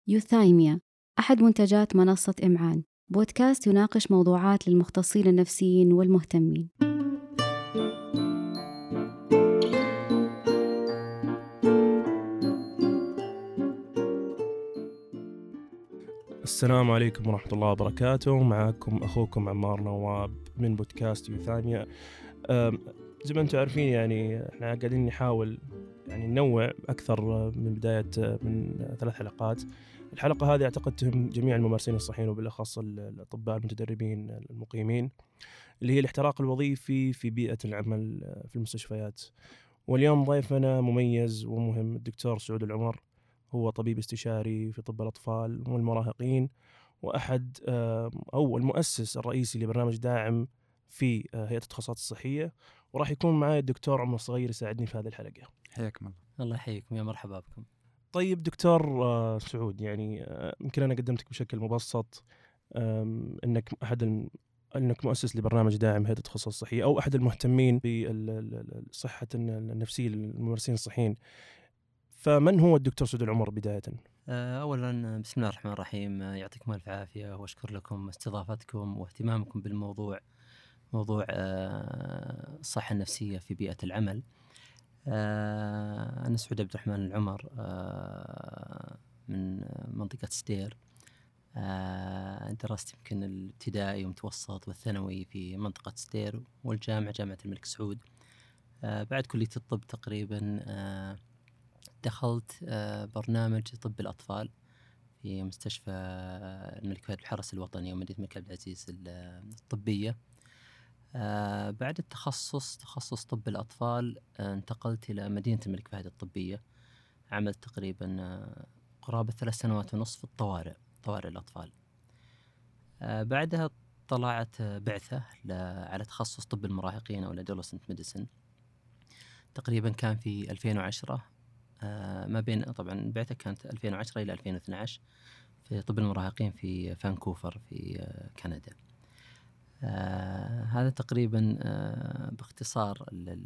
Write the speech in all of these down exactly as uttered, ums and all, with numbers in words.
يوثايميا أحد منتجات منصة إمعان، بودكاست يناقش موضوعات للمختصين النفسيين والمهتمين. السلام عليكم ورحمة الله وبركاته. معكم أخوكم عمار نواب من بودكاست يوثايميا. زي ما أنتم عارفين يعني إحنا قاعدين نحاول يعني ننوع أكثر من بداية من ثلاث حلقات. الحلقة هذه أعتقد تهم جميع الممارسين الصحيين وبالأخص الأطباء المتدربين المقيمين، اللي هي الاحتراق الوظيفي في بيئة العمل في المستشفيات. واليوم ضيفنا مميز ومهم، الدكتور سعود العمر، هو طبيب استشاري في طب الأطفال والمراهقين، وأحد أو المؤسس الرئيسي لبرنامج داعم في هيئة التخصصات الصحية، وراح يكون معي الدكتور عمر الصغير يساعدني في هذه الحلقة. حياكم الله. الله يحييكم، يا مرحبا بكم. طيب دكتور سعود، يعني يمكن أنا قدمتك بشكل مبسط أنك أحد الم... أنك مؤسس لبرنامج داعم هيئة التخصصات الصحية، أو أحد المهتمين بصحة النفسية للممارسين الصحيين. فمن هو الدكتور سعود العمر بداية؟ أولا بسم الله الرحمن الرحيم، يعطيكم ألف عافية وأشكر لكم استضافتكم واهتمامكم بالموضوع، موضوع الصحة النفسية في بيئة العمل. أنا سعود عبد الرحمن العمر من منطقة ستير. درست يمكن الابتدائي ومتوسط والثانوي في منطقة ستير، والجامعة جامعة الملك سعود. بعد كلية الطب تقريبا دخلت برنامج طب الأطفال في مستشفى الملك فهد الحرس الوطني ومدينة الملك عبد العزيز الطبية. بعد التخصص تخصص طب الأطفال انتقلت إلى مدينة الملك فهد الطبية. عملت تقريبا قرابة ثلاث سنوات ونصف في الطوارئ طوارئ الأطفال. بعدها طلعت بعثة على تخصص طب المراهقين أو الأدولسنت ميديسن، تقريبا كان في ألفين وعشرة. آه ما بين طبعا البعثة كانت ألفين وعشرة إلى ألفين واثني عشر في طب المراهقين في فانكوفر في آه كندا. آه هذا تقريبا آه باختصار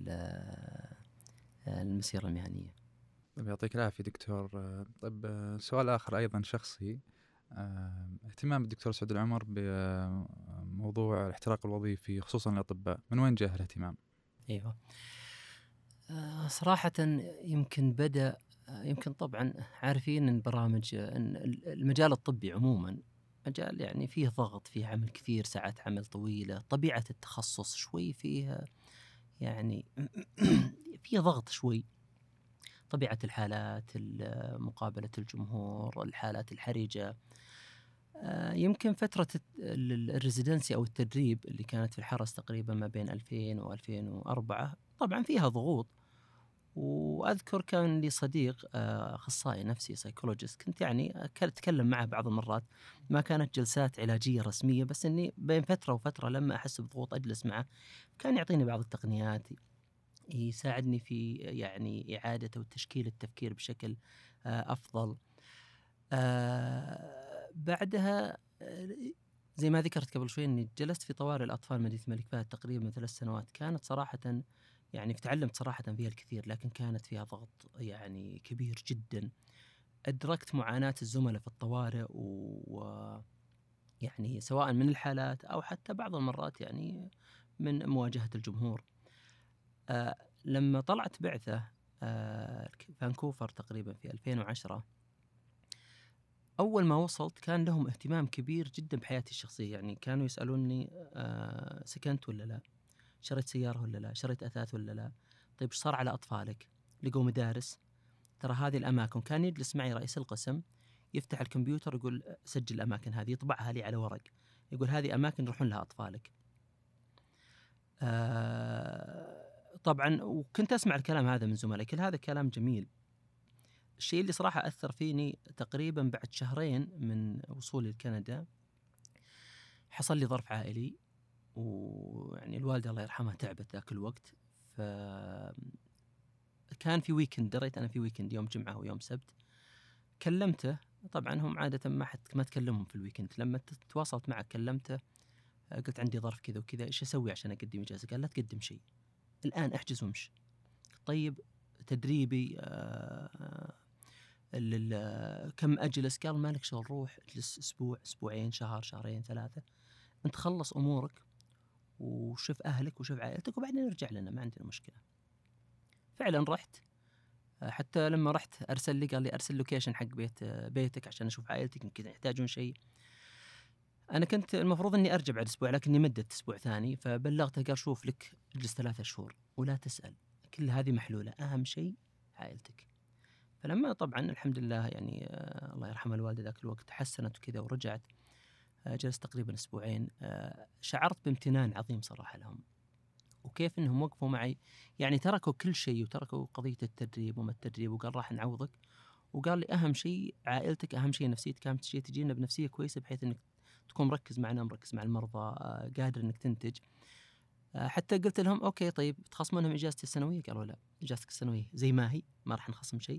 المسيرة المهنية. يعطيك العافية دكتور. طيب سؤال آخر أيضا شخصي، اهتمام الدكتور سعود العمر بموضوع الاحتراق الوظيفي خصوصا للأطباء، من وين جاء الاهتمام؟ ايوه صراحة يمكن بدأ يمكن طبعا عارفين ان برامج إن المجال الطبي عموما مجال يعني فيه ضغط، فيه عمل كثير، ساعات عمل طويلة، طبيعة التخصص شوي فيها يعني فيه ضغط شوي، طبيعة الحالات، مقابلة الجمهور، الحالات الحرجة. يمكن فترة الريزيدنسي أو التدريب اللي كانت في الحرس تقريبا ما بين ألفين وألفين وأربعة طبعا فيها ضغوط. وأذكر كان لي صديق أخصائي نفسي سايكولوجيست، كنت يعني أتكلم معه بعض المرات، ما كانت جلسات علاجية رسمية، بس أني بين فترة وفترة لما أحس بضغوط أجلس معه، كان يعطيني بعض التقنيات يساعدني في يعني إعادة وتشكيل التفكير بشكل أفضل. بعدها زي ما ذكرت قبل شوي أني جلست في طوارئ الأطفال مدينة الملك فهد تقريبا ثلاث سنوات. كانت صراحة يعني تعلمت صراحة فيها الكثير، لكن كانت فيها ضغط يعني كبير جدا. أدركت معاناة الزملاء في الطوارئ، ويعني سواء من الحالات أو حتى بعض المرات يعني من مواجهة الجمهور. أه لما طلعت بعثة أه فانكوفر تقريبا في ألفين وعشرة، أول ما وصلت كان لهم اهتمام كبير جدا بحياتي الشخصية. يعني كانوا يسألوني أه سكنت ولا لا، شريت سيارة ولا لا، شريت أثاث ولا لا، طيب ايش صار على أطفالك، لقوا مدارس، ترى هذه الأماكن. كان يجلس معي رئيس القسم يفتح الكمبيوتر يقول سجل الأماكن هذه، يطبعها لي على ورق، يقول هذه أماكن يروحون لها أطفالك. آه طبعا وكنت أسمع الكلام هذا من زملائي، كل هذا كلام جميل. الشيء اللي صراحة أثر فيني تقريبا بعد شهرين من وصولي لكندا، حصل لي ظرف عائلي، ويعني الوالدة الله يرحمها تعبت ذاك الوقت. فكان في ويكند، دريت أنا في ويكند يوم جمعة ويوم سبت. كلمته، طبعا هم عادة ما حد ما تكلمهم في الويكند. لما تواصلت معه كلمته، قلت عندي ظرف كذا وكذا، إيش أسوي عشان أقدم إجازة؟ قال لا تقدم شيء الآن، احجز وامشي. طيب تدريبي آآ كم أجلس؟ قال مالك شغل، روح اجلس أسبوع أسبوعين شهر شهرين ثلاثة، أنت خلص أمورك وشوف أهلك وشوف عائلتك وبعدين ارجع لنا، ما عندنا مشكلة. فعلا رحت، حتى لما رحت أرسل لي قال لي أرسل لوكيشن حق بيت بيتك عشان أشوف عائلتك يمكن يحتاجون شيء. أنا كنت المفروض إني أرجع بعد أسبوع لكني مدت أسبوع ثاني، فبلغته قال شوف لك اجلس ثلاثة شهور ولا تسأل، كل هذه محلولة، أهم شيء عائلتك. فلما طبعا الحمد لله يعني آه الله يرحمها الوالدة ذاك الوقت تحسنت وكذا ورجعت، آه جلست تقريبا أسبوعين، آه شعرت بامتنان عظيم صراحة لهم، وكيف إنهم وقفوا معي، يعني تركوا كل شيء وتركوا قضية التدريب وما التدريب وقال راح نعوضك، وقال لي أهم شيء عائلتك، أهم شيء نفسيتك، أهم شيء تجينا بنفسية كويسة بحيث إنك تكون مركز معنا، مركز مع المرضى، آه قادر إنك تنتج. آه حتى قلت لهم أوكي طيب تخصمونهم إجازتي السنوية؟ قالوا لا، إجازتك السنوية زي ما هي، ما راح نخصم شيء.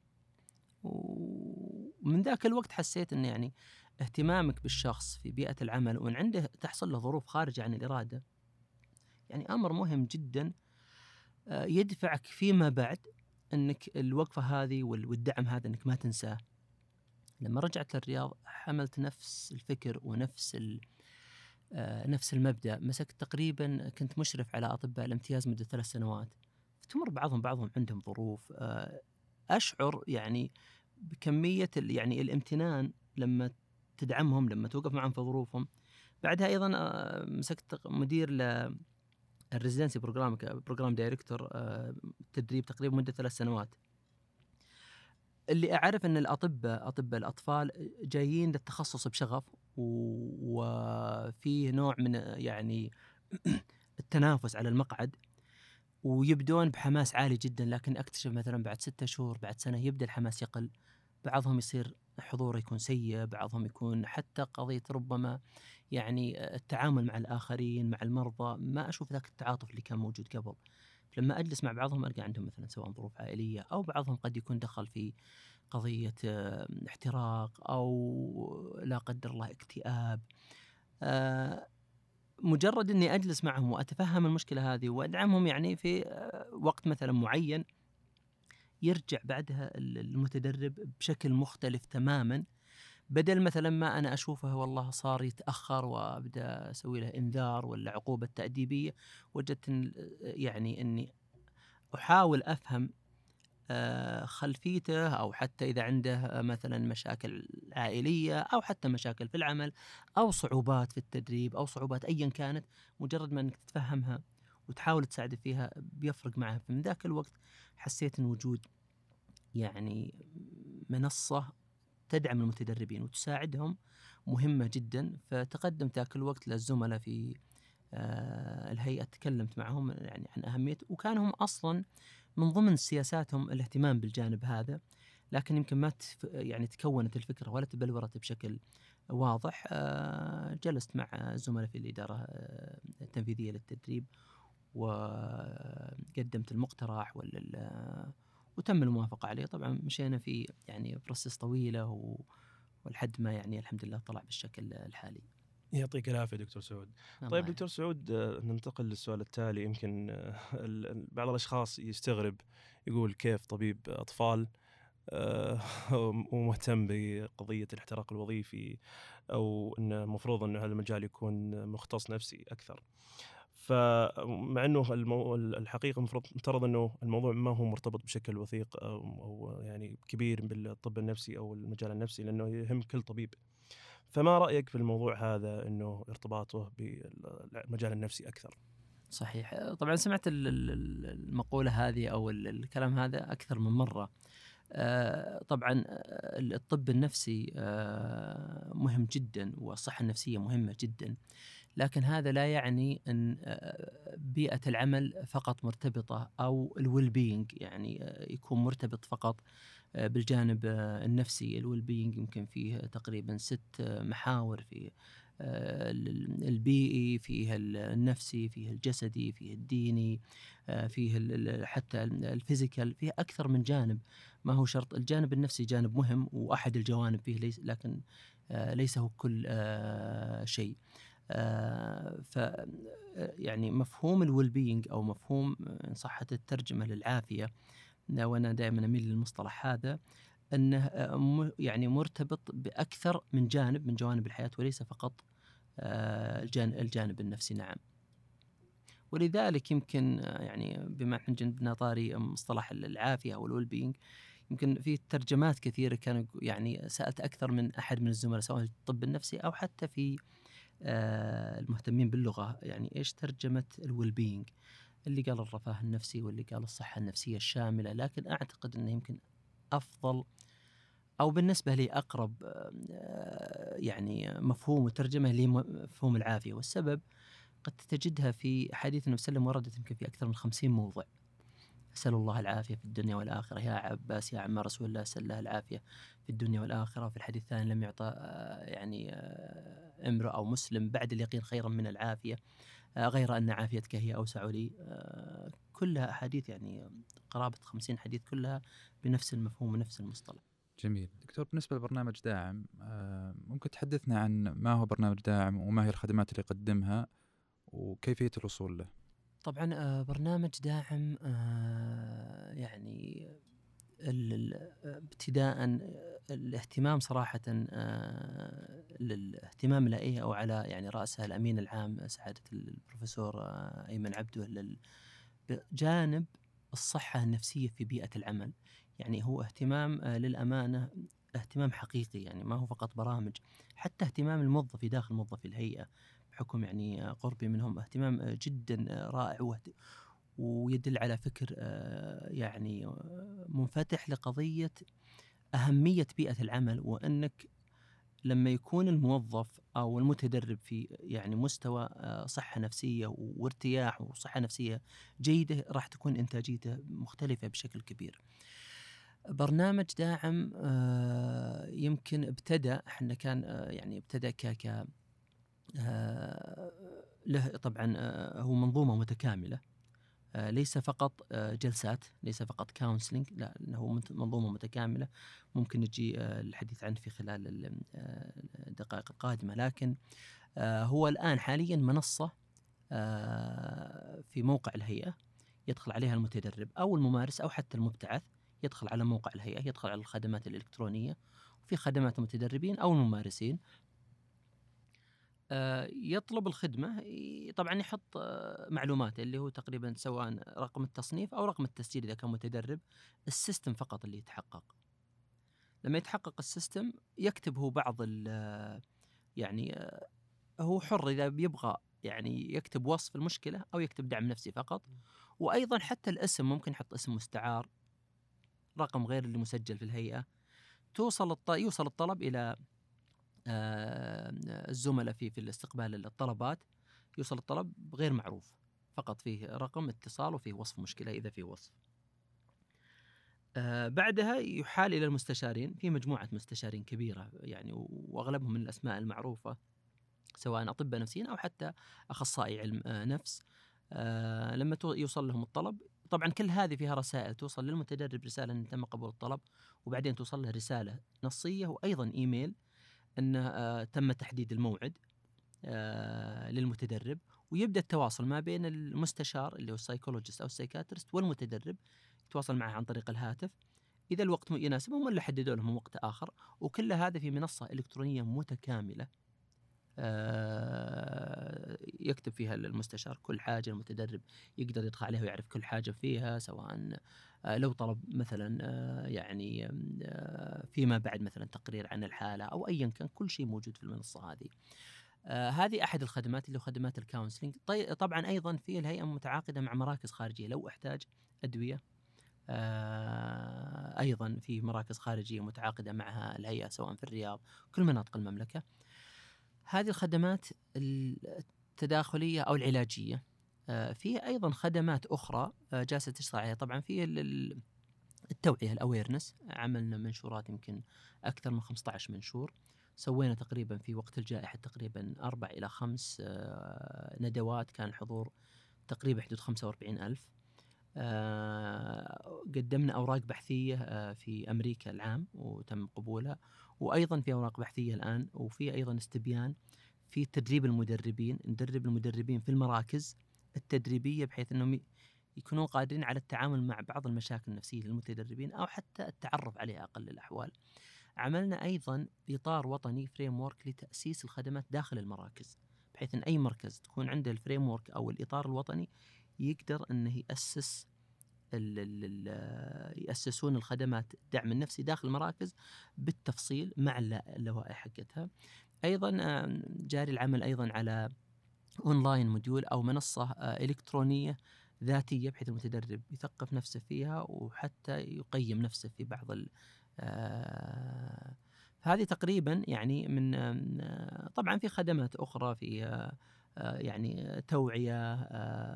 ومن ذاك الوقت حسيت إن يعني اهتمامك بالشخص في بيئة العمل وإن عنده تحصل له ظروف خارجة عن الإرادة يعني أمر مهم جدا يدفعك فيما بعد أنك الوقفة هذه والدعم هذا أنك ما تنساه. لما رجعت للرياض حملت نفس الفكر ونفس نفس المبدأ، مسكت تقريبا كنت مشرف على أطباء الامتياز مدة ثلاث سنوات، تمر بعضهم بعضهم عندهم ظروف، أشعر يعني بكمية يعني الامتنان لما تدعمهم، لما توقف معهم في ظروفهم. بعدها أيضا مسكت مدير ل الريزيدنسي بروجرام بروجرام دايركتور تدريب تقريبا مدة ثلاث سنوات. اللي أعرف أن الأطباء أطباء الأطفال جايين للتخصص بشغف وفيه نوع من يعني التنافس على المقعد ويبدون بحماس عالي جدا، لكن أكتشف مثلا بعد ستة شهور بعد سنة يبدأ الحماس يقل، بعضهم يصير حضوره يكون سيء، بعضهم يكون حتى قضية ربما يعني التعامل مع الآخرين مع المرضى ما أشوف ذاك التعاطف اللي كان موجود قبل. لما أجلس مع بعضهم ألقى عندهم مثلا سواء ظروف عائلية أو بعضهم قد يكون دخل في قضية احتراق أو لا قدر الله اكتئاب. مجرد أني أجلس معهم وأتفهم المشكلة هذه وأدعمهم يعني في وقت مثلا معين، يرجع بعدها المتدرب بشكل مختلف تماما، بدل مثلا ما أنا أشوفه والله صار يتأخر وأبدأ أسوي له إنذار ولا عقوبة تأديبية. وجدت يعني أني أحاول أفهم خلفيته، أو حتى إذا عنده مثلا مشاكل عائلية أو حتى مشاكل في العمل أو صعوبات في التدريب أو صعوبات أيا كانت، مجرد ما أنك تتفهمها وتحاول تساعد فيها بيفرق معها. فمن ذاك الوقت حسيت أن وجود يعني منصة تدعم المتدربين وتساعدهم مهمة جدا. فتقدمت ذاك الوقت للزملاء في الهيئة، تكلمت معهم يعني عن أهمية، وكانهم أصلا من ضمن سياساتهم الاهتمام بالجانب هذا، لكن يمكن ما يعني تكونت الفكرة ولا تبلورت بشكل واضح. جلست مع الزملاء في الإدارة التنفيذية للتدريب وقدمت المقترح ولا وتم الموافقة عليه. طبعا مشينا في يعني بروسيس طويلة والحد ما يعني الحمد لله طلع بالشكل الحالي. يعطيك العافية دكتور سعود. طيب دكتور سعود، ننتقل للسؤال التالي. يمكن بعض الأشخاص يستغرب يقول كيف طبيب أطفال ومهتم بقضية الاحتراق الوظيفي، أو أنه مفروض أنه هذا المجال يكون مختص نفسي أكثر. فمع أنه المو... الحقيقة مفروض مفترض أنه الموضوع ما هو مرتبط بشكل وثيق أو... أو يعني كبير بالطب النفسي أو المجال النفسي، لأنه يهم كل طبيب. فما رأيك في الموضوع هذا أنه ارتباطه بالمجال النفسي أكثر؟ صحيح. طبعا سمعت المقولة هذه أو الكلام هذا أكثر من مرة. طبعا الطب النفسي مهم جدا والصحة النفسية مهمة جدا، لكن هذا لا يعني أن بيئة العمل فقط مرتبطة أو الويل بينج يعني يكون مرتبط فقط بالجانب النفسي. الويل بينج يمكن فيه تقريبا ست محاور، في البيئي، فيه النفسي، فيه الجسدي، فيه الديني، فيه حتى الفيزيكال، فيه أكثر من جانب. ما هو شرط الجانب النفسي جانب مهم وأحد الجوانب فيه، ليس لكن ليس هو كل شيء. ف يعني مفهوم الويل بينج أو مفهوم إن صحت الترجمة للعافية، وأنا دائما أميل للمصطلح هذا، أنه يعني مرتبط بأكثر من جانب من جوانب الحياة وليس فقط الجانب النفسي. نعم. ولذلك يمكن يعني بما أن جنبنا طاري مصطلح العافية أو الويل بينج، يمكن في ترجمات كثيرة كانوا يعني سألت أكثر من أحد من الزملاء سواء في الطب النفسي أو حتى في المهتمين باللغة، يعني إيش ترجمة الويل بينج؟ اللي قال الرفاه النفسي واللي قال الصحة النفسية الشاملة، لكن أعتقد أنه يمكن أفضل أو بالنسبة لي أقرب يعني مفهوم وترجمة لمفهوم العافية. والسبب قد تجدها في حديث النبي صلى الله عليه وسلم وردت يمكن في أكثر من خمسين موضع. أسأل الله العافية في الدنيا والآخرة، يا عباس يا عم رسول الله أسأل الله العافية في الدنيا والآخرة. وفي الحديث الثاني لم يعطى يعني امرأ أو مسلم بعد اليقين خيرا من العافية غير أن عافيتك هي أوسع لي. كلها أحاديث يعني قرابة خمسين حديث كلها بنفس المفهوم ونفس المصطلح. جميل دكتور. بالنسبة لبرنامج داعم، ممكن تحدثنا عن ما هو برنامج داعم وما هي الخدمات اللي يقدمها وكيفية الوصول له؟ طبعا برنامج داعم يعني ابتداء الاهتمام صراحة للاهتمام الائي أو على يعني رأسها الأمين العام سعادة البروفيسور أيمن عبده بجانب الصحة النفسية في بيئة العمل. يعني هو اهتمام للأمانة اهتمام حقيقي، يعني ما هو فقط برامج، حتى اهتمام الموظف داخل موظف الهيئة بحكم يعني قربي منهم اهتمام جدا رائع ويدل على فكر يعني منفتح لقضية أهمية بيئة العمل، وأنك لما يكون الموظف أو المتدرب في يعني مستوى صحة نفسية وارتياح وصحة نفسية جيدة راح تكون إنتاجيته مختلفة بشكل كبير. برنامج داعم يمكن ابتدأ احنا كان يعني ابتدأ ك له طبعا هو منظومة متكاملة، ليس فقط جلسات، ليس فقط كونسلينج، لا إنه منظومة متكاملة ممكن نجي الحديث عنه في خلال الدقائق القادمة. لكن هو الآن حاليا منصة في موقع الهيئة يدخل عليها المتدرب أو الممارس أو حتى المبتعث، يدخل على موقع الهيئة، يدخل على الخدمات الإلكترونية وفي خدمات المتدربين أو الممارسين، يطلب الخدمة، طبعا يحط معلوماته اللي هو تقريبا سواء رقم التصنيف أو رقم التسجيل إذا كان متدرب، السيستم فقط اللي يتحقق. لما يتحقق السيستم يكتب هو بعض يعني هو حر إذا بيبغى يعني يكتب وصف المشكلة أو يكتب دعم نفسي فقط. وأيضا حتى الاسم ممكن يحط اسم مستعار، رقم غير اللي مسجل في الهيئة. توصل الط... يوصل الطلب إلى الزملاء في في الاستقبال الطلبات، يوصل الطلب غير معروف، فقط فيه رقم اتصال وفيه وصف مشكلة إذا فيه وصف. آه بعدها يحال إلى المستشارين، في مجموعة مستشارين كبيرة يعني وأغلبهم من الأسماء المعروفة سواء أطباء نفسيين أو حتى أخصائي علم آه نفس. آه لما يوصل لهم الطلب، طبعا كل هذه فيها رسائل توصل للمتدرب، رسالة أن تم قبول الطلب، وبعدين توصل له رسالة نصية وأيضا إيميل أن آه تم تحديد الموعد آه للمتدرب، ويبدأ التواصل ما بين المستشار اللي هو السايكولوجيست أو السايكاتريست والمتدرب، يتواصل معه عن طريق الهاتف إذا الوقت يناسبهم ولا حددوا لهم وقت آخر. وكل هذا في منصة إلكترونية متكاملة آه يكتب فيها المستشار كل حاجة، المتدرب يقدر يدخل عليها ويعرف كل حاجة فيها، سواء آه لو طلب مثلا آه يعني آه فيما بعد مثلا تقرير عن الحالة أو أيا كان، كل شيء موجود في المنصة هذه. آه هذه أحد الخدمات اللي هو خدمات الكونسلينج. طي طبعا أيضا في الهيئة متعاقدة مع مراكز خارجية لو احتاج أدوية، آه أيضا في مراكز خارجية متعاقدة معها الهيئة سواء في الرياض كل مناطق المملكة. هذه الخدمات التداخلية أو العلاجية. آه في أيضا خدمات أخرى آه جالسة تشتغل عليها، طبعا في التوعية الأويرنس، عملنا منشورات يمكن أكثر من خمسة عشر منشور، سوينا تقريبا في وقت الجائحة تقريبا أربع إلى خمس آه ندوات، كان الحضور تقريبا حدود خمسة وأربعين ألف. آه قدمنا أوراق بحثية آه في أمريكا العام وتم قبولها، وأيضا في أوراق بحثية الآن، وفي أيضا استبيان في تدريب المدربين، ندرب المدربين في المراكز التدريبية بحيث أنهم يكونون قادرين على التعامل مع بعض المشاكل النفسية للمتدربين أو حتى التعرف عليها أقل الأحوال. عملنا أيضا إطار وطني فريم ورك لتأسيس الخدمات داخل المراكز، بحيث أن أي مركز تكون عنده الفريم ورك أو الإطار الوطني يقدر أنه يأسس ال ال يأسسون الخدمات الدعم النفسي داخل المراكز بالتفصيل مع اللوائح حقتها. أيضا جاري العمل أيضا على أونلاين موديول أو منصة إلكترونية ذاتية، بحيث المتدرب يثقف نفسه فيها وحتى يقيم نفسه في بعض ال هذه تقريبا يعني من طبعا في خدمات أخرى في يعني توعية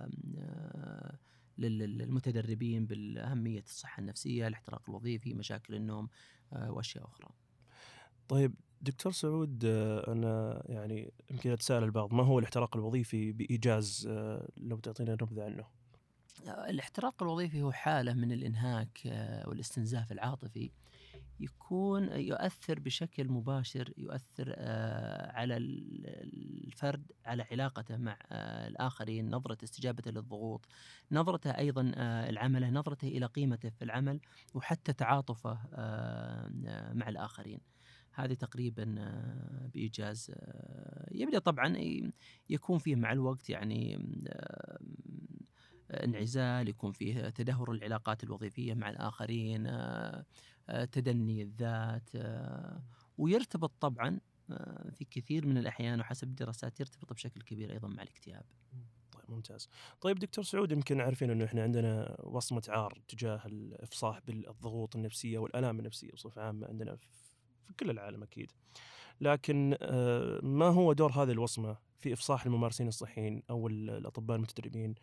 للمتدربين بالأهمية الصحة النفسية، الاحتراق الوظيفي، مشاكل النوم وأشياء أخرى. طيب دكتور سعود، أنا يعني يمكن أتساءل البعض، ما هو الاحتراق الوظيفي بإيجاز لو تعطينا نبذة عنه؟ الاحتراق الوظيفي هو حالة من الإنهاك والاستنزاف العاطفي يكون يؤثر بشكل مباشر، يؤثر على الفرد، على علاقته مع الآخرين، نظرة استجابته للضغوط، نظرته أيضا العمله، نظرته إلى قيمته في العمل، وحتى تعاطفه مع الآخرين. هذه تقريبا بإيجاز. يبدأ طبعا يكون فيه مع الوقت يعني انعزال، يكون فيه تدهور العلاقات الوظيفية مع الآخرين، تدني الذات، ويرتبط طبعا في كثير من الأحيان وحسب الدراسات يرتبط بشكل كبير أيضا مع الاكتئاب. طيب ممتاز. طيب دكتور سعود، يمكن عارفين أنه إحنا عندنا وصمة عار تجاه الإفصاح بالضغوط النفسية والآلام النفسية بصفة عامة عندنا في كل العالم أكيد، لكن ما هو دور هذه الوصمة في إفصاح الممارسين الصحيين أو الأطباء المتدربين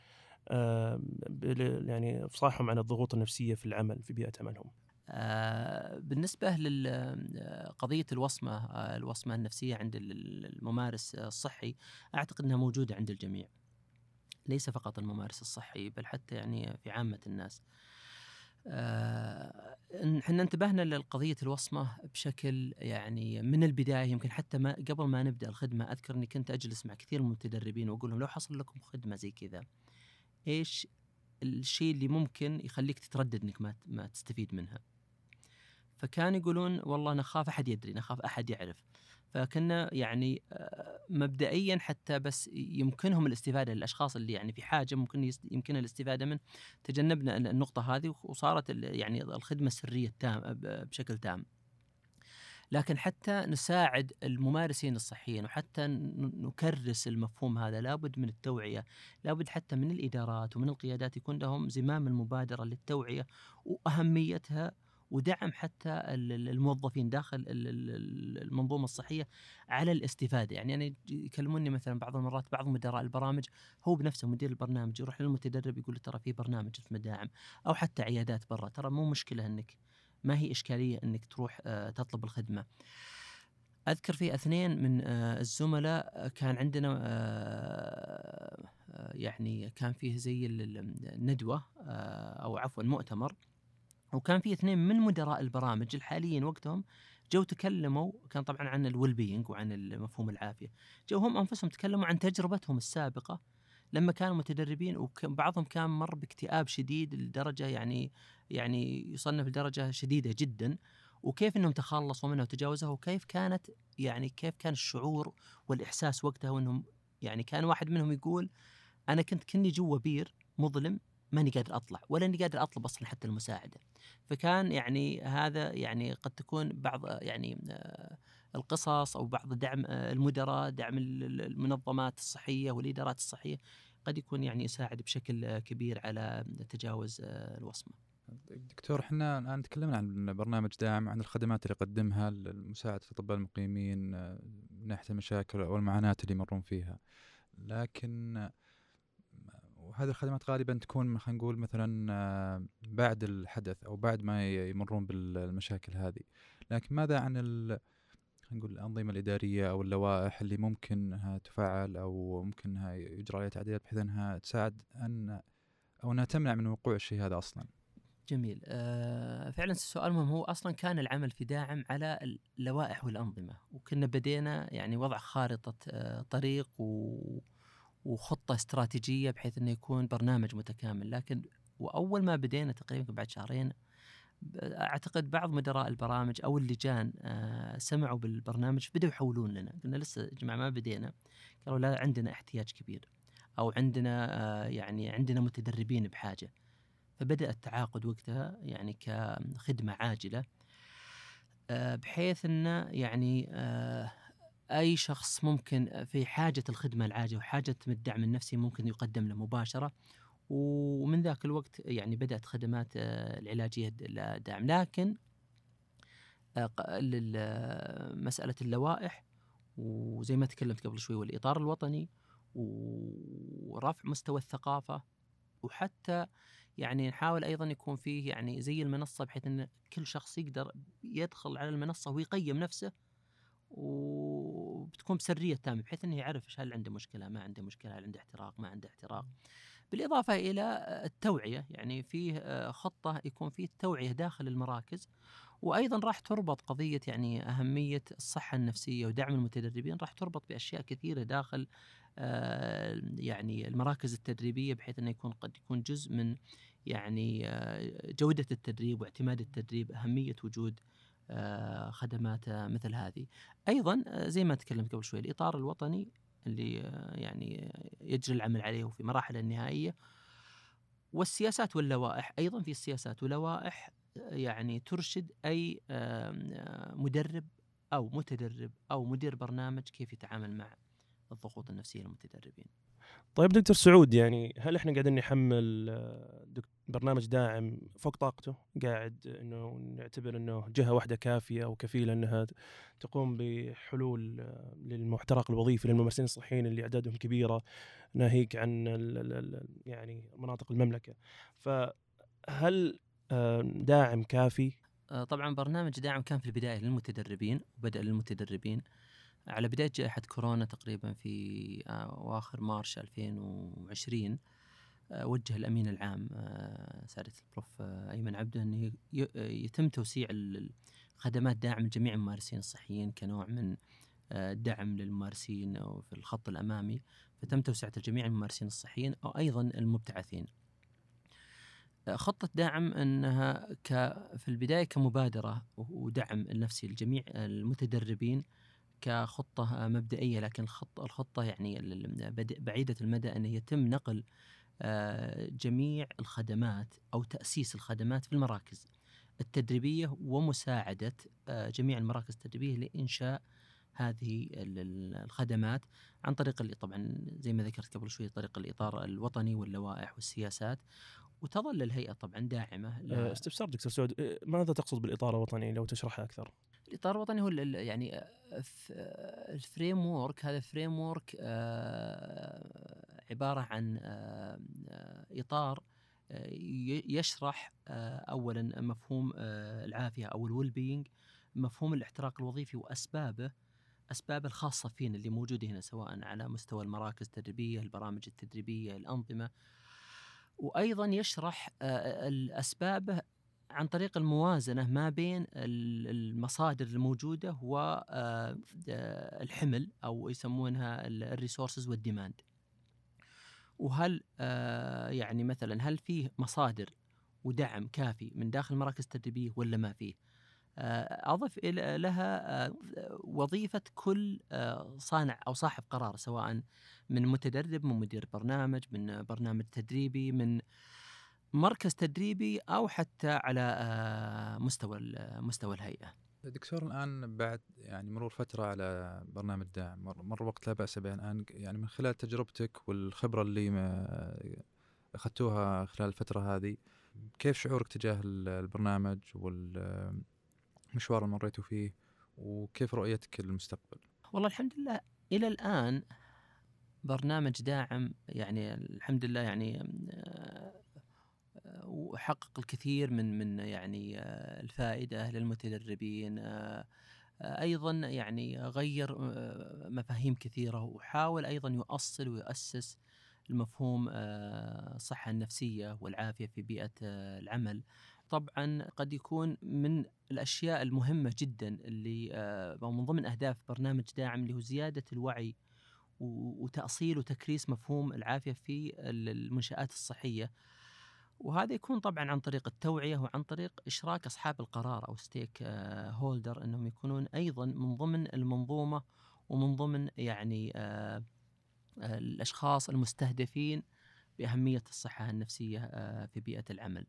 يعني إفصاحهم عن الضغوط النفسية في العمل في بيئة عملهم؟ بالنسبة لقضية الوصمة الوصمة النفسية عند الممارس الصحي، أعتقد أنها موجودة عند الجميع، ليس فقط الممارس الصحي بل حتى يعني في عامة الناس. احنا انتبهنا للقضية الوصمة بشكل يعني من البداية، يمكن حتى ما قبل ما نبدأ الخدمة أذكر أني كنت أجلس مع كثير من المتدربين وأقول لهم لو حصل لكم خدمة زي كذا إيش الشيء اللي ممكن يخليك تتردد أنك ما ما تستفيد منها؟ فكان يقولون والله نخاف أحد يدري، نخاف أحد يعرف. فكنا يعني مبدئيا حتى بس يمكنهم الاستفادة للأشخاص اللي يعني في حاجة ممكن يمكن الاستفادة منه، تجنبنا النقطة هذه وصارت يعني الخدمة سرية تام بشكل تام. لكن حتى نساعد الممارسين الصحيين وحتى نكرس المفهوم هذا لابد من التوعية، لابد حتى من الإدارات ومن القيادات يكون لهم زمام المبادرة للتوعية وأهميتها، ودعم حتى الموظفين داخل المنظومة الصحية على الاستفادة. يعني أنا يكلموني مثلا بعض المرات بعض مدراء البرامج هو بنفسه مدير البرنامج يروح للمتدرب يقول له ترى في برنامج في مداعم أو حتى عيادات برا، ترى مو مشكلة أنك ما هي إشكالية أنك تروح تطلب الخدمة. أذكر في اثنين من الزملاء كان عندنا يعني كان فيه زي الندوة أو عفوا المؤتمر، وكان في اثنين من مدراء البرامج الحاليين وقتهم جو تكلموا، كان طبعا عن الويل بينج وعن مفهوم العافية، جو هم أنفسهم تكلموا عن تجربتهم السابقة لما كانوا متدربين، وبعضهم كان مر باكتئاب شديد لدرجة يعني يعني يصنف لدرجة شديدة جدا، وكيف انهم تخلصوا منها وتجاوزها، وكيف كانت يعني كيف كان الشعور والإحساس وقتها، وانهم يعني كان واحد منهم يقول أنا كنت كني جوا بير مظلم ماني قادر أطلع ولا أني قادر أطلب أصلا حتى المساعدة. فكان يعني هذا يعني قد تكون بعض يعني القصص أو بعض دعم المدراء، دعم المنظمات الصحية والإدارات الصحية قد يكون يعني يساعد بشكل كبير على تجاوز الوصمة. دكتور، احنا الآن تكلمنا عن برنامج داعم، عن الخدمات اللي يقدمها لمساعدة الأطباء المقيمين من ناحية المشاكل والمعاناة اللي يمرون فيها، لكن وهذه الخدمات غالبا تكون خلينا نقول مثلا بعد الحدث أو بعد ما يمرون بالمشاكل هذه. لكن ماذا عن ال خلينا نقول الأنظمة الإدارية أو اللوائح اللي ممكن أنها تفعل أو ممكن أنها يجرى عليها تعديلات بحيث أنها تساعد أن أو أنها تمنع من وقوع الشيء هذا أصلا؟ جميل. آه فعلا السؤال مهم. هو أصلا كان العمل في داعم على اللوائح والأنظمة، وكنا بدينا يعني وضع خارطة آه طريق و وخطة استراتيجية بحيث أنه يكون برنامج متكامل. لكن وأول ما بدينا تقريبا بعد شهرين أعتقد بعض مدراء البرامج أو اللجان سمعوا بالبرنامج بدأوا يحولون لنا. قلنا لسه يا جماعة ما بدينا، قالوا لا عندنا احتياج كبير أو عندنا يعني عندنا متدربين بحاجة. فبدأ التعاقد وقتها يعني كخدمة عاجلة، بحيث أنه يعني أي شخص ممكن في حاجة الخدمة العاجلة وحاجة الدعم النفسي ممكن يقدم له مباشرة. ومن ذاك الوقت يعني بدأت خدمات العلاجية الدعم. لكن مسألة اللوائح وزي ما تكلمت قبل شوي والإطار الوطني ورفع مستوى الثقافة، وحتى يعني نحاول أيضا يكون فيه يعني زي المنصة بحيث أن كل شخص يقدر يدخل على المنصة ويقيم نفسه وبتكون بسرية تامة بحيث أنه يعرف هل عنده مشكلة ما عنده مشكلة، هل عنده احتراق ما عنده احتراق. بالإضافة إلى التوعية، يعني فيه خطة يكون فيه التوعية داخل المراكز. وأيضا راح تربط قضية يعني أهمية الصحة النفسية ودعم المتدربين، راح تربط بأشياء كثيرة داخل يعني المراكز التدريبية، بحيث أنه يكون قد يكون جزء من يعني جودة التدريب واعتماد التدريب، أهمية وجود خدمات مثل هذه. أيضا زي ما تكلمت قبل شوي الإطار الوطني اللي يعني يجري العمل عليه وفي مراحل النهائية، والسياسات واللوائح. أيضا في السياسات واللوائح يعني ترشد أي مدرب أو متدرب أو مدير برنامج كيف يتعامل مع الضغوط النفسية للمتدربين. طيب دكتور سعود، يعني هل احنا قاعدين نحمل برنامج داعم فوق طاقته، قاعد انه نعتبر انه جهة واحدة كافية وكفيلة انها تقوم بحلول للمحترق الوظيفي للممارسين الصحيين اللي اعدادهم كبيرة ناهيك عن يعني مناطق المملكة؟ فهل داعم كافي؟ طبعا برنامج داعم كان في البداية للمتدربين، وبدأ للمتدربين على بداية جائحة كورونا تقريبا في أواخر مارس ألفين وعشرين. وجه الأمين العام سعادة البروف أيمن عبده أنه يتم توسيع الخدمات داعم لجميع الممارسين الصحيين كنوع من دعم للممارسين أو في الخط الأمامي، فتم توسعة جميع الممارسين الصحيين أو أيضا المبتعثين. خطة دعم أنها في البداية كمبادرة ودعم النفسي لجميع المتدربين كخطة مبدئية، لكن الخطة الخطة يعني بعيدة المدى أن يتم نقل جميع الخدمات أو تأسيس الخدمات في المراكز التدريبية ومساعدة جميع المراكز التدريبية لإنشاء هذه الخدمات عن طريق اللي طبعا زي ما ذكرت قبل شوي طريق الإطار الوطني واللوائح والسياسات. وتظل الهيئة طبعا داعمة. استفسار دكتور سعود، ماذا تقصد بالإطار الوطني لو تشرحها أكثر؟ الإطار الوطني هو يعني الفريم وورك. هذا فريم وورك عبارة عن إطار يشرح أولا مفهوم العافية أو الويل بينج، مفهوم الاحتراق الوظيفي وأسبابه، أسباب الخاصة فينا اللي موجودة هنا سواء على مستوى المراكز التدريبية، البرامج التدريبية، الأنظمة. وأيضا يشرح الأسباب عن طريق الموازنة ما بين المصادر الموجودة والحمل أو يسمونها الريسورسز والديماند. وهل يعني مثلا هل فيه مصادر ودعم كافي من داخل المراكز التدريبية ولا ما فيه. أضف إلى لها وظيفة كل صانع أو صاحب قرار، سواء من متدرب، من مدير برنامج، من برنامج تدريبي، من مركز تدريبي، أو حتى على مستوى مستوى الهيئة. دكتور الآن بعد يعني مرور فترة على برنامج داعم، مر, مر وقت لا بأس به الآن، يعني من خلال تجربتك والخبرة اللي أخذتوها خلال الفترة هذه، كيف شعورك تجاه البرنامج والمشوار اللي مريتوا فيه، وكيف رؤيتك للمستقبل؟ والله الحمد لله إلى الآن برنامج داعم يعني الحمد لله يعني وحقق الكثير من من يعني الفائدة للمتدربين. أيضا يعني غير مفاهيم كثيرة، وحاول أيضا يؤصل ويؤسس المفهوم الصحة النفسية والعافية في بيئة العمل. طبعا قد يكون من الأشياء المهمة جدا اللي من ضمن أهداف برنامج داعم اللي هو زيادة الوعي وتأصيل وتكريس مفهوم العافية في المنشآت الصحية. وهذا يكون طبعا عن طريق التوعية وعن طريق إشراك أصحاب القرار أو ستيك هولدر أنهم يكونون أيضا من ضمن المنظومة ومن ضمن يعني الأشخاص المستهدفين بأهمية الصحة النفسية في بيئة العمل.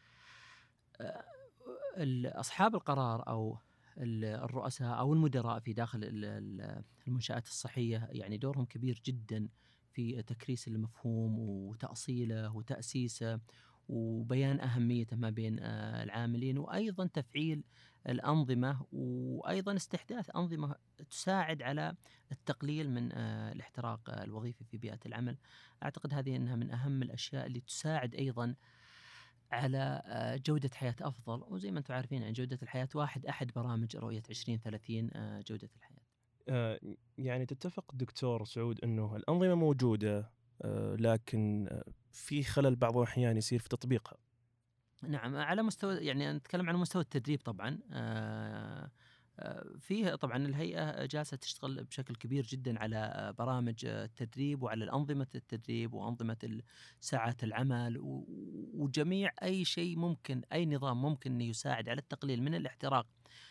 أصحاب القرار أو الرؤساء أو المدراء في داخل المنشآت الصحية يعني دورهم كبير جدا في تكريس المفهوم وتأصيله وتأسيسه وبيان أهميته ما بين العاملين، وأيضا تفعيل الأنظمة، وأيضا استحداث أنظمة تساعد على التقليل من الاحتراق الوظيفي في بيئة العمل. أعتقد هذه أنها من أهم الأشياء اللي تساعد أيضا على جودة حياة أفضل. وزي ما أنتم عارفين يعني جودة الحياة واحد أحد برامج رؤية عشرين ثلاثين جودة الحياة. آه يعني تتفق دكتور سعود أنه الأنظمة موجودة آه لكن في خلل بعض الأحيان يصير في تطبيقها؟ نعم، على مستوى يعني نتكلم عن مستوى التدريب طبعا. آه فيه طبعا الهيئة جالسة تشتغل بشكل كبير جدا على برامج التدريب وعلى الأنظمة التدريب وأنظمة ساعات العمل وجميع أي شيء ممكن، أي نظام ممكن أن يساعد على التقليل من الاحتراق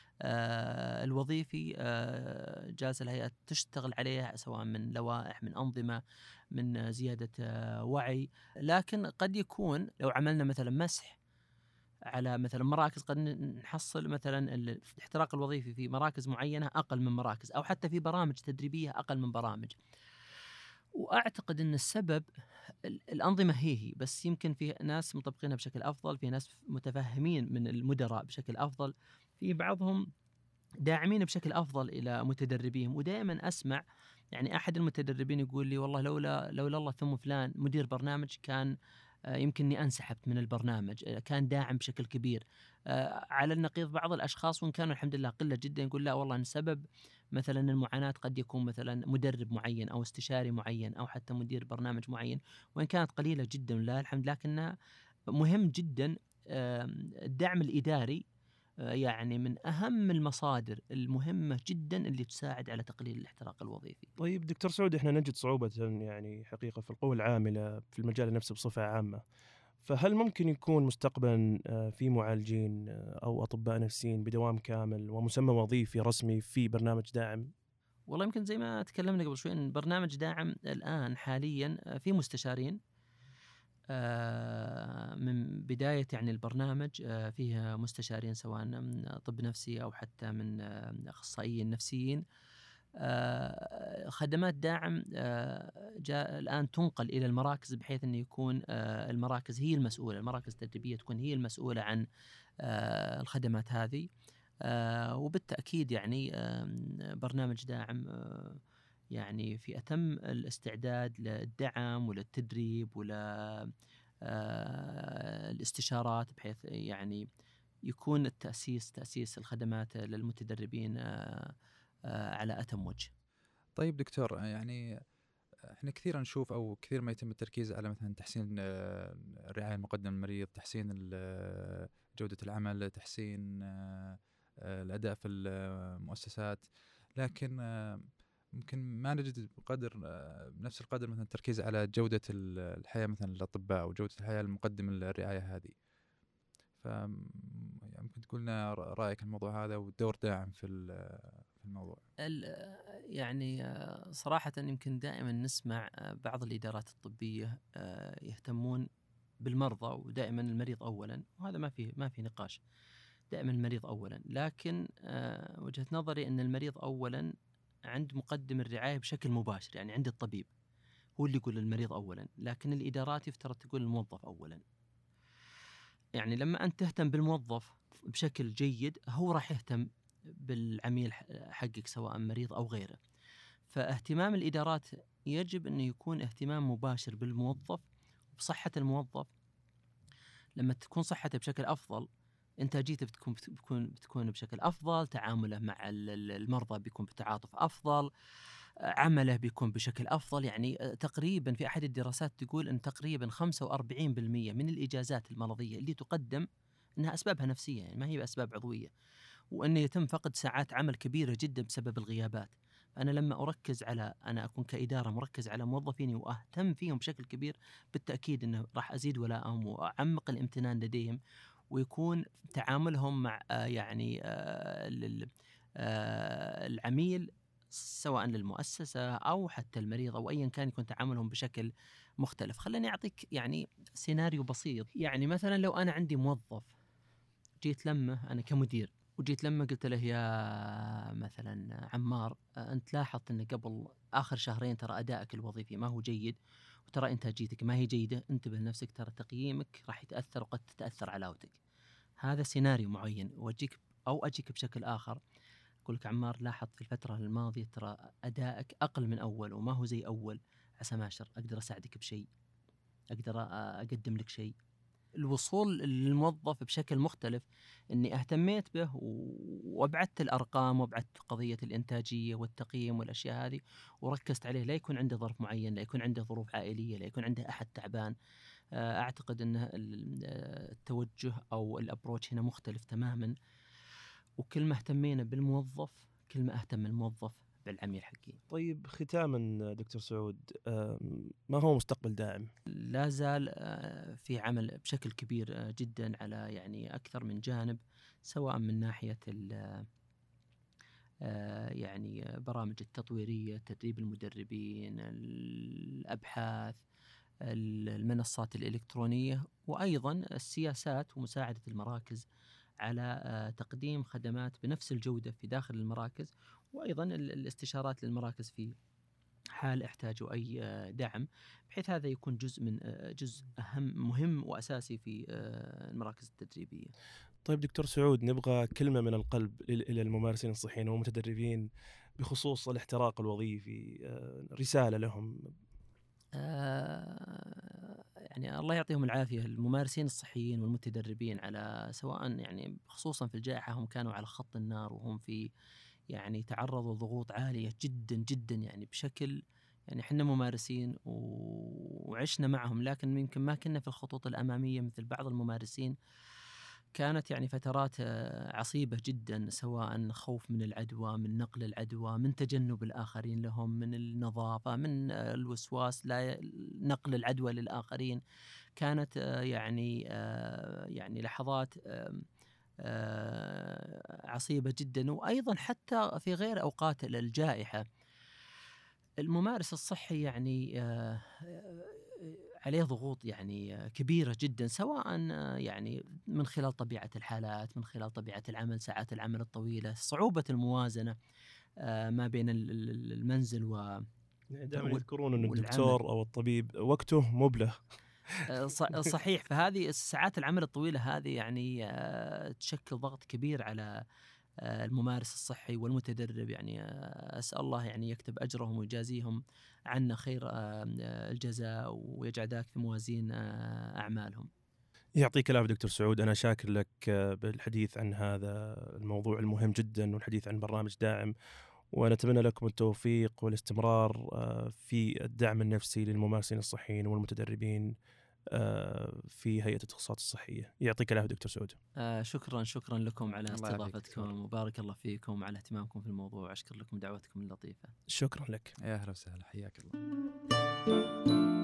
آه الوظيفي. آه جالسة الهيئة تشتغل عليه سواء من لوائح، من أنظمة، من زيادة آه وعي. لكن قد يكون لو عملنا مثلا مسح على مثلا مراكز قد نحصل مثلا الاحتراق الوظيفي في مراكز معينة أقل من مراكز، أو حتى في برامج تدريبية أقل من برامج. وأعتقد أن السبب الأنظمة هي هي بس يمكن في ناس مطبقينها بشكل أفضل، في ناس متفهمين من المدراء بشكل أفضل، في بعضهم داعمين بشكل أفضل إلى متدربيهم. ودائما أسمع يعني أحد المتدربين يقول لي والله لولا لولا الله ثم فلان مدير برنامج كان يمكنني أنسحبت من البرنامج، كان داعم بشكل كبير. على النقيض بعض الأشخاص وإن كانوا الحمد لله قلة جدا يقول لا والله سبب مثلا المعاناة قد يكون مثلا مدرب معين أو استشاري معين أو حتى مدير برنامج معين، وإن كانت قليلة جدا لا الحمد، لكنها مهم جدا. الدعم الإداري يعني من أهم المصادر المهمة جدا اللي تساعد على تقليل الاحتراق الوظيفي. طيب دكتور سعود، إحنا نجد صعوبة يعني حقيقة في القوى العاملة في المجال نفسه بصفة عامة، فهل ممكن يكون مستقبلا في معالجين أو أطباء نفسيين بدوام كامل ومسمى وظيفي رسمي في برنامج داعم؟ والله يمكن زي ما تكلمنا قبل شوي إن برنامج داعم الآن حاليا في مستشارين من بداية يعني البرنامج، فيها مستشارين سواء من طب نفسي أو حتى من أخصائيين نفسيين. خدمات داعم جاء الآن تنقل إلى المراكز بحيث أن يكون المراكز هي المسؤولة، المراكز التدريبية تكون هي المسؤولة عن الخدمات هذه. وبالتأكيد يعني برنامج داعم يعني في أتم الاستعداد للدعم وللتدريب وللاستشارات بحيث يعني يكون التأسيس تأسيس الخدمات للمتدربين على أتم وجه. طيب دكتور، يعني احنا كثيرا نشوف او كثير ما يتم التركيز على مثلا تحسين الرعاية المقدمة للمريض، تحسين جودة العمل، تحسين الأداء في المؤسسات، لكن ممكن ما نجد بقدر بنفس القدر مثلا التركيز على جودة الحياة مثلا للأطباء أو جودة الحياة المقدمة للرعاية هذه. فممكن تقول لنا رأيك عن الموضوع هذا والدور داعم في في الموضوع؟ يعني صراحة يمكن دائما نسمع بعض الإدارات الطبية يهتمون بالمرضى ودائما المريض أولا، وهذا ما في ما في نقاش، دائما المريض أولا. لكن وجهة نظري أن المريض أولا عند مقدم الرعاية بشكل مباشر، يعني عند الطبيب هو اللي يقول المريض أولا، لكن الإدارات يفترض تقول الموظف أولا. يعني لما أنت تهتم بالموظف بشكل جيد هو راح يهتم بالعميل حقك سواء مريض أو غيره. فاهتمام الإدارات يجب أن يكون اهتمام مباشر بالموظف وبصحة الموظف. لما تكون صحته بشكل أفضل إنتاجيته بتكون بتكون بتكون بشكل أفضل، تعامله مع المرضى بيكون بتعاطف أفضل، عمله بيكون بشكل أفضل. يعني تقريبا في أحد الدراسات تقول أن تقريبا خمسة وأربعين بالمئة من الإجازات المرضية اللي تقدم أنها أسبابها نفسية، يعني ما هي بأسباب عضوية، وأن يتم فقد ساعات عمل كبيرة جدا بسبب الغيابات. أنا لما أركز على أنا أكون كإدارة مركز على موظفيني وأهتم فيهم بشكل كبير، بالتأكيد أنه راح أزيد ولاءهم وأعمق الامتنان لديهم، ويكون تعاملهم مع آه يعني آه آه العميل سواء للمؤسسة أو حتى المريض أو أيا كان يكون تعاملهم بشكل مختلف. خليني أعطيك يعني سيناريو بسيط. يعني مثلا لو أنا عندي موظف جيت لمه أنا كمدير وجيت لما قلت له يا مثلا عمار أنت لاحظت أن قبل آخر شهرين ترى أدائك الوظيفي ما هو جيد وترى إنتاجيتك ما هي جيدة، انتبه لنفسك، ترى تقييمك راح يتأثر وقد تتأثر علاوتك. هذا سيناريو معين. وأجيك أو أجيك بشكل آخر أقول لك عمار لاحظت في الفترة الماضية ترى أدائك أقل من أول وما هو زي أول، عسى ماشر أقدر أساعدك بشيء، أقدر أقدم لك شيء. الوصول للموظف بشكل مختلف أني اهتميت به وابعدت الأرقام وابعدت قضية الإنتاجية والتقييم والأشياء هذه وركزت عليه، لا يكون عنده ظرف معين، لا يكون عنده ظروف عائلية، لا يكون عنده أحد تعبان. أعتقد أن التوجه أو الأبروتش هنا مختلف تماما، وكل ما اهتمينا بالموظف كل ما اهتم الموظف بالعميل حقي. طيب ختاما دكتور سعود، ما هو مستقبل داعم؟ لا زال في عمل بشكل كبير جدا على يعني أكثر من جانب، سواء من ناحية يعني برامج التطويرية، تدريب المدربين، الأبحاث، المنصات الإلكترونية، وأيضا السياسات ومساعدة المراكز على تقديم خدمات بنفس الجودة في داخل المراكز، وأيضا الاستشارات للمراكز في حال احتاجوا أي دعم، بحيث هذا يكون جزء من جزء أهم مهم وأساسي في المراكز التدريبية. طيب دكتور سعود، نبغى كلمة من القلب إلى الممارسين الصحيين والمتدربين بخصوص الاحتراق الوظيفي، رسالة لهم. آه يعني الله يعطيهم العافية الممارسين الصحيين والمتدربين، على سواء يعني خصوصا في الجائحة هم كانوا على خط النار، وهم في يعني تعرضوا لضغوط عالية جدا جدا يعني بشكل يعني احنا ممارسين وعشنا معهم، لكن يمكن ما كنا في الخطوط الأمامية مثل بعض الممارسين. كانت يعني فترات عصيبة جدا، سواء خوف من العدوى، من نقل العدوى، من تجنب الآخرين لهم، من النظافة، من الوسواس لا نقل العدوى للآخرين. كانت يعني يعني لحظات عصيبة جدا. وأيضا حتى في غير أوقات الجائحة الممارس الصحي يعني عليه ضغوط يعني كبيرة جدا، سواء يعني من خلال طبيعة الحالات، من خلال طبيعة العمل، ساعات العمل الطويلة، صعوبة الموازنة ما بين المنزل و دائما يذكرون أن الدكتور أو الطبيب وقته مبله. صحيح. فهذه ساعات العمل الطويلة هذه يعني تشكل ضغط كبير على الممارس الصحي والمتدرب. يعني أسأل الله يعني يكتب أجرهم ويجازيهم عنا خير الجزاء ويجعل ذلك في موازين أعمالهم. يعطيك العافية دكتور سعود، أنا شاكر لك بالحديث عن هذا الموضوع المهم جدا والحديث عن برنامج داعم، ونتمنى لكم التوفيق والاستمرار في الدعم النفسي للممارسين الصحيين والمتدربين في هيئة التخصصات الصحية. يعطيك العافية دكتور سعود. آه شكرا شكرا لكم على استضافتكم، وبارك الله فيكم على اهتمامكم في الموضوع. أشكر لكم دعوتكم اللطيفة. شكرا لك. يا أهلا وسهلا، حياك الله.